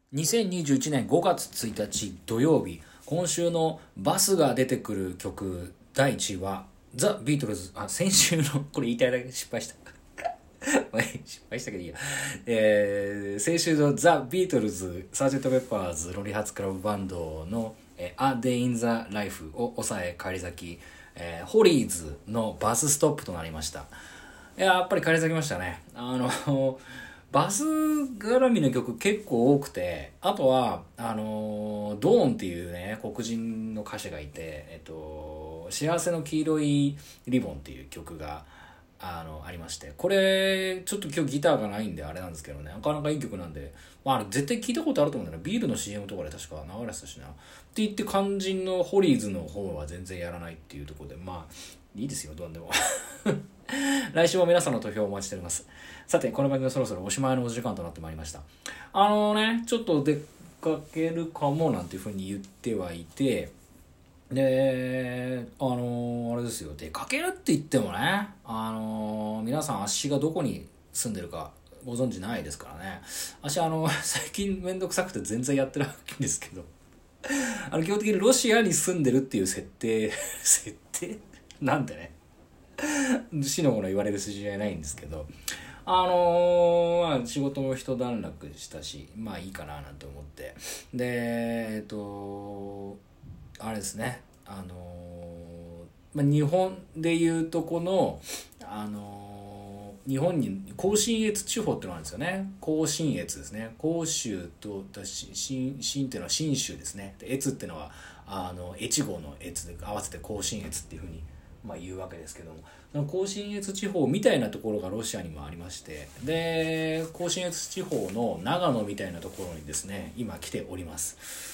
2021年5月1日土曜日、今週のバスが出てくる曲第1位はザ・ビートルズ。先週のこれ言いたいだけ失敗した失敗したけどいいや、先週のザ・ビートルズサージェント・ペッパーズロリハツクラブバンドのA Day in the Life を抑え返り咲き、ホリーズのバスストップとなりました。やっぱり返り咲きましたね。バス絡みの曲結構多くて、あとはドーンっていうね黒人の歌手がいて、幸せの黄色いリボンっていう曲がありまして、これちょっと今日ギターがないんであれなんですけどね、なかなかいい曲なんで、あれ絶対聞いたことあると思うんだよね。ビールの CM とかで確か流れてたしなって言って、肝心のホリーズの方は全然やらないっていうところで、まあいいですよ、どうでも来週も皆さんの投票をお待ちしております。さて、この番組はそろそろおしまいのお時間となってまいりました。ちょっと出かけるかもなんていうふうに言ってはいて、で、あれですよ、出かけるって言ってもね、皆さん足がどこに住んでるかご存知ないですからね。私最近めんどくさくて全然やってないんですけど、基本的にロシアに住んでるっていう設定なんでね、死のもの言われる筋じゃないんですけど、仕事も一段落したし、まあいいかななんて思って、であれですね、日本でいうとこの日本に甲信越地方ってのがあるんですよね。甲信越ですね。甲州と新っていうのは信州ですね。で越っていうのは越後の越で合わせて甲信越っていうふうに言うわけですけども、その甲信越地方みたいなところがロシアにもありまして、で甲信越地方の長野みたいなところにですね今来ております。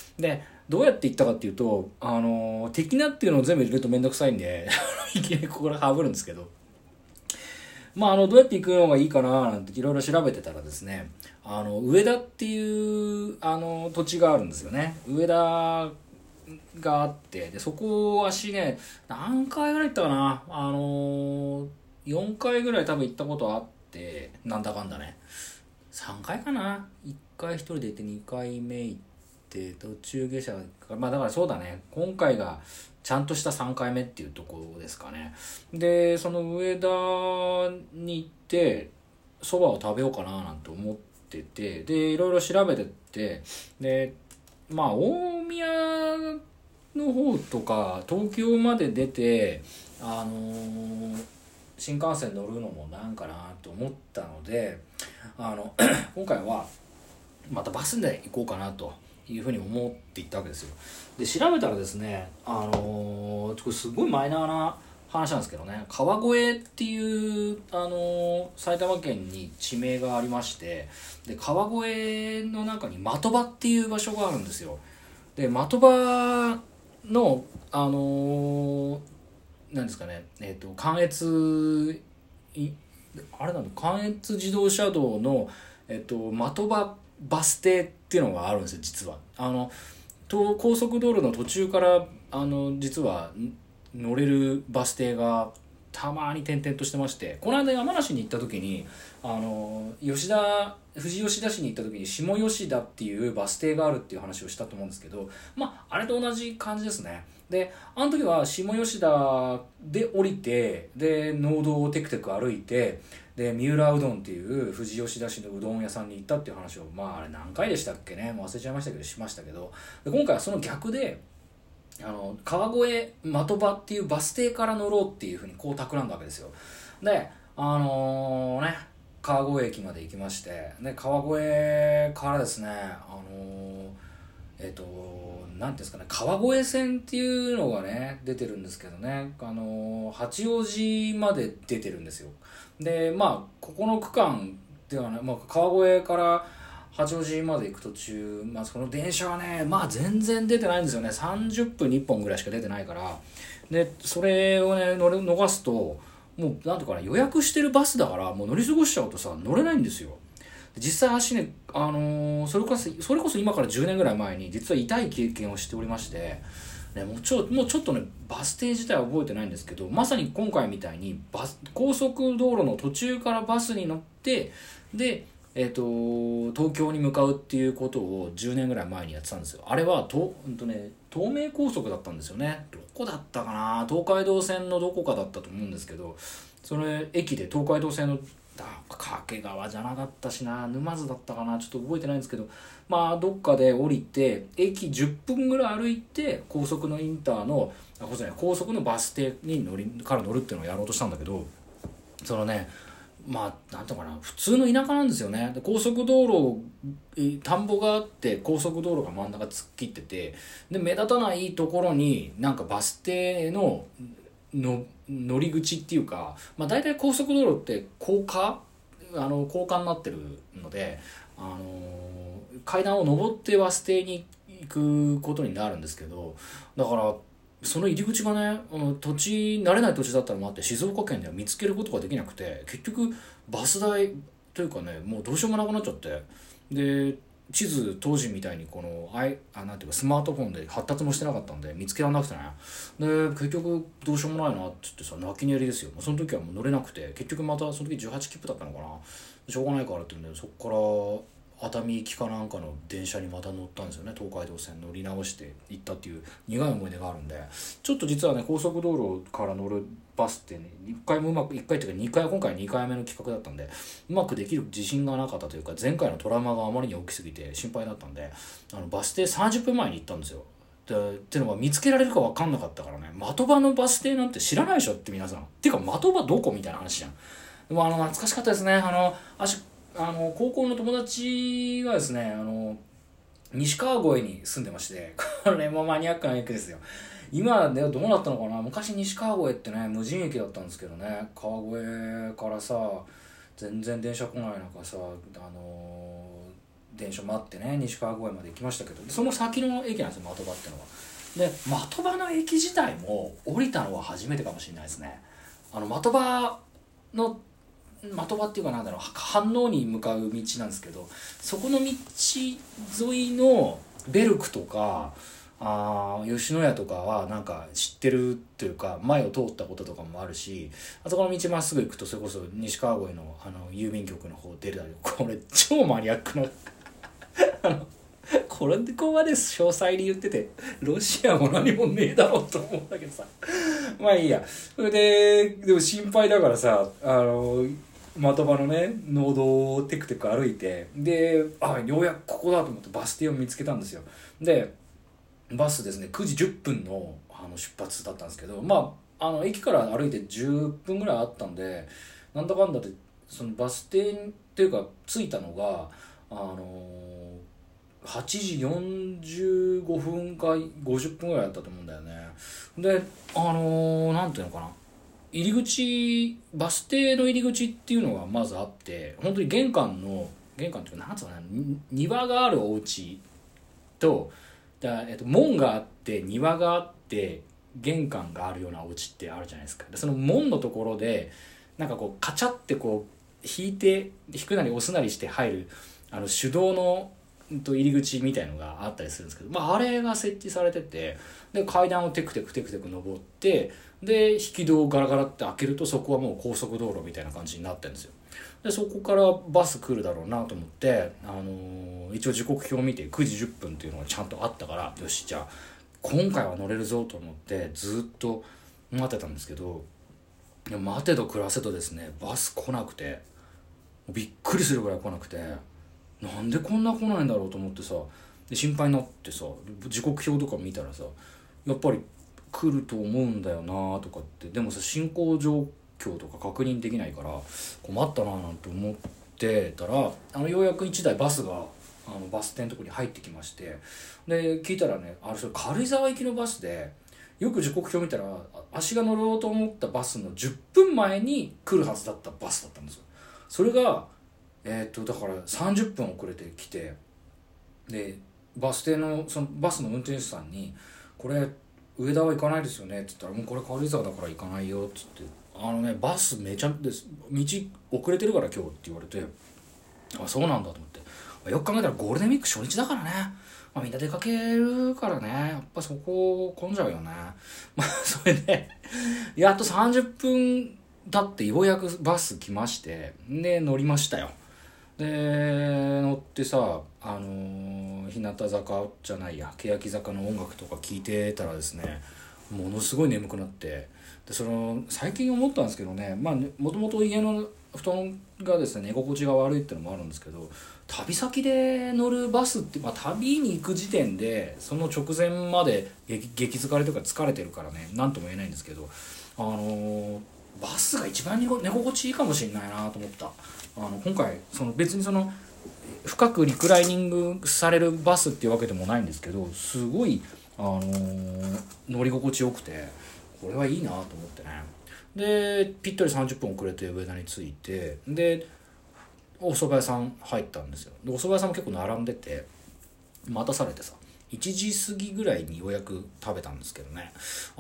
でどうやって行ったかっていうと、敵なっていうのを全部入れるとめんどくさいんでいきなりここから省るんですけど、どうやって行くのがいいかななんていろいろ調べてたらですね、上田っていう土地があるんですよね。上田があって、でそこを足ね何回ぐらい行ったかな、4回ぐらい多分行ったことあって、なんだかんだね3回かな。1回一人で行って2回目行って途中下車だからそうだね、今回がちゃんとした3回目っていうところですかね。でその上田に行って蕎麦を食べようかななんて思ってて、でいろいろ調べてって、で大宮の方とか東京まで出て新幹線乗るのもなんかなと思ったので、今回はまたバスで行こうかなというふうに思って行ったわけですよ。で調べたらですね、これすごいマイナーな話なんですけどね、川越っていう埼玉県に地名がありまして、で川越の中に的場っていう場所があるんですよ。で的場のなんですかね、関越関越自動車道の的場バス停っていうのがあるんですよ、実は。高速道路の途中から実は乗れるバス停がたまに点々としてまして、この間山梨に行った時に富士吉田市に行った時に下吉田っていうバス停があるっていう話をしたと思うんですけど、あれと同じ感じですね。であの時は下吉田で降りて、で農道をテクテク歩いて、で三浦うどんっていう富士吉田市のうどん屋さんに行ったっていう話をあれ何回でしたっけね、忘れちゃいましたけどしましたけど、で今回はその逆で川越的場っていうバス停から乗ろうっていうふうにこう企んだわけですよ。で川越駅まで行きまして、で川越からですねなんていうんですかね、川越線っていうのがね出てるんですけどね、八王子まで出てるんですよ。でここの区間ではね、川越から八王子まで行く途中、その電車はね全然出てないんですよね。30分に1本ぐらいしか出てないから、でそれをね逃すと、もうなんとかね予約してるバスだからもう乗り過ごしちゃうとさ乗れないんですよ。実際足ね、それこそ今から10年ぐらい前に実は痛い経験をしておりまして、ね、もうちょっとねバス停自体は覚えてないんですけど、まさに今回みたいに高速道路の途中からバスに乗って、で東京に向かうっていうことを10年ぐらい前にやってたんですよ。あれは東名高速だったんですよね。どこだったかな、東海道線のどこかだったと思うんですけど、それ駅で東海道線の掛川じゃなかったしな、沼津だったかな、ちょっと覚えてないんですけど、まあどっかで降りて駅10分ぐらい歩いて高速のインターの高速のバス停に乗るっていうのをやろうとしたんだけど、そのね、まあなんていうのかな、普通の田舎なんですよね。で高速道路、田んぼがあって高速道路が真ん中突っ切ってて、で目立たないところになんかバス停の乗り口っていうか、まあ大体高速道路って高架になってるので、階段を上ってバス停に行くことになるんですけど、だからその入り口がね、慣れない土地だったのもあって静岡県では見つけることができなくて、結局バス代というかね、もうどうしようもなくなっちゃって、で地図当時みたいになんていうかスマートフォンで発達もしてなかったんで見つけられなくてね、で結局どうしようもないなって言ってさ、泣き寝入りですよ。その時はもう乗れなくて、結局またその時18切符だったのかな、しょうがないからって言うんで、そっから熱海行きかなんかの電車にまた乗ったんですよね。東海道線乗り直して行ったっていう苦い思い出があるんで、ちょっと実はね高速道路から乗るバスってね、1回っていうか今回2回目の企画だったんで、うまくできる自信がなかったというか、前回のトラウマがあまりに大きすぎて心配だったんで、バス停30分前に行ったんですよ。っていうのが見つけられるか分かんなかったからね、的場のバス停なんて知らないでしょって皆さん。っていうか的場どこみたいな話じゃん。でも懐かしかったですね。高校の友達がですね、西川越に住んでまして、これもマニアックな駅ですよ。今ねどうなったのかな。昔西川越ってね無人駅だったんですけどね、川越からさ全然電車来ない中さ、電車待ってね西川越まで行きましたけど、その先の駅なんですよ的場ってのは。で的場の駅自体も降りたのは初めてかもしれないですね。的場っていうかなんだろう、飯能に向かう道なんですけど、そこの道沿いのベルクとか吉野家とかはなんか知ってるというか、前を通ったこととかもあるし、あそこの道まっすぐ行くとそれこそ西川越の郵便局の方出るだけ、これ超マニアックなこれでここまで詳細に言っててロシアも何もねえだろうと思うんだけどさ、まあいいや。それでも心配だからさ、的場のね農道をテクテク歩いて、でようやくここだと思ってバス停を見つけたんですよ。でバスですね9時10分の出発だったんですけど、駅から歩いて10分ぐらいあったんで、なんだかんだでそのバス停っていうか着いたのが8時45分か50分ぐらいだったと思うんだよね。でなんていうのかな、バス停の入り口っていうのがまずあって、本当に玄関っていうかなんつうのかな、庭があるお家と門があって庭があって玄関があるようなお家ってあるじゃないですか。でその門のところでなんかこうカチャってこう引くなり押すなりして入る手動の入り口みたいのがあったりするんですけど、あれが設置されてて、で階段をテクテク登って、で引き戸をガラガラって開けるとそこはもう高速道路みたいな感じになってるんですよ。でそこからバス来るだろうなと思って、一応時刻表を見て9時10分っていうのがちゃんとあったから、よしじゃあ今回は乗れるぞと思ってずっと待ってたんですけど、待てど暮らせとですねバス来なくて、びっくりするぐらい来なくて、なんでこんな来ないんだろうと思ってさ、で心配になってさ時刻表とか見たらさ、やっぱり来ると思うんだよなとかって、でもさ進行状況とか確認できないから困ったななんて思ってたら、ようやく1台バスがバス停のとこに入ってきまして、で聞いたらね、それ軽井沢行きのバスで、よく時刻表見たら足が乗ろうと思ったバスの10分前に来るはずだったバスだったんですよ。それがだから30分遅れてきて、でバス停のそのバスの運転手さんに「これ上田は行かないですよね」って言ったら「もうこれ軽井沢だから行かないよ」って言って「バスめちゃです道遅れてるから今日」って言われて、そうなんだと思って、よく考えたらゴールデンウィーク初日だからね、みんな出かけるからね、やっぱそこ混んじゃうよね。それでやっと30分経ってようやくバス来まして、で乗りましたよ。 で乗ってさ日向坂じゃないや欅坂の音楽とか聴いてたらですね、ものすごい眠くなって、で最近思ったんですけどね、もともと家の布団がですね寝心地が悪いっていうのもあるんですけど、旅先で乗るバスって、旅に行く時点でその直前まで激疲れとか疲れてるからね、何とも言えないんですけど、バスが一番寝心地いいかもしれないなと思った。今回別に深くリクライニングされるバスっていうわけでもないんですけど、すごい、乗り心地よくて、これはいいなと思ってね。でぴったり30分遅れて上田に着いて、でお蕎麦屋さん入ったんですよ。でお蕎麦屋さんも結構並んでて待たされてさ、1時過ぎぐらいにようやく食べたんですけどね、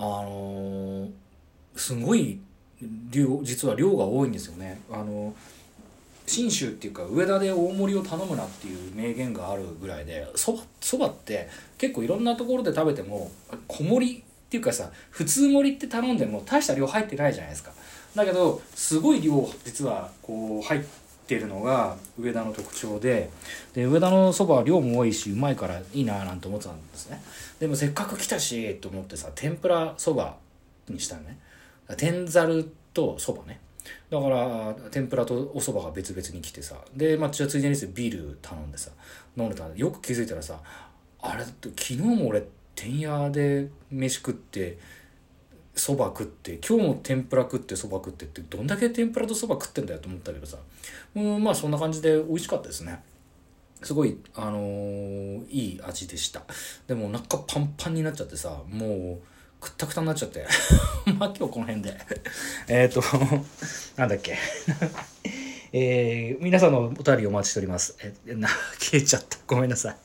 すごい実は量が多いんですよね。信州っていうか上田で大盛りを頼むなっていう名言があるぐらいで、そばって結構いろんなところで食べても小盛りっていうかさ、普通盛りって頼んでも大した量入ってないじゃないですか。だけどすごい量実はこう入ってるのが上田の特徴で、上田のそばは量も多いしうまいからいいななんて思ってたんですね。でもせっかく来たしと思ってさ、天ぷらそばにしたのね。天ざるとそばね。だから天ぷらとお蕎麦が別々に来てさ、でじゃあついでにビール頼んでさ飲んでたら、よく気づいたらさ、あれ昨日も俺天屋で飯食って蕎麦食って今日も天ぷら食って蕎麦食ってって、どんだけ天ぷらと蕎麦食ってんだよと思ったけどさ、そんな感じで美味しかったですね。すごいいい味でした。でもお腹パンパンになっちゃってさ、もうくったくたになっちゃって今日この辺でなんだっけ皆さんのお便りお待ちしております。消えちゃった、ごめんなさい。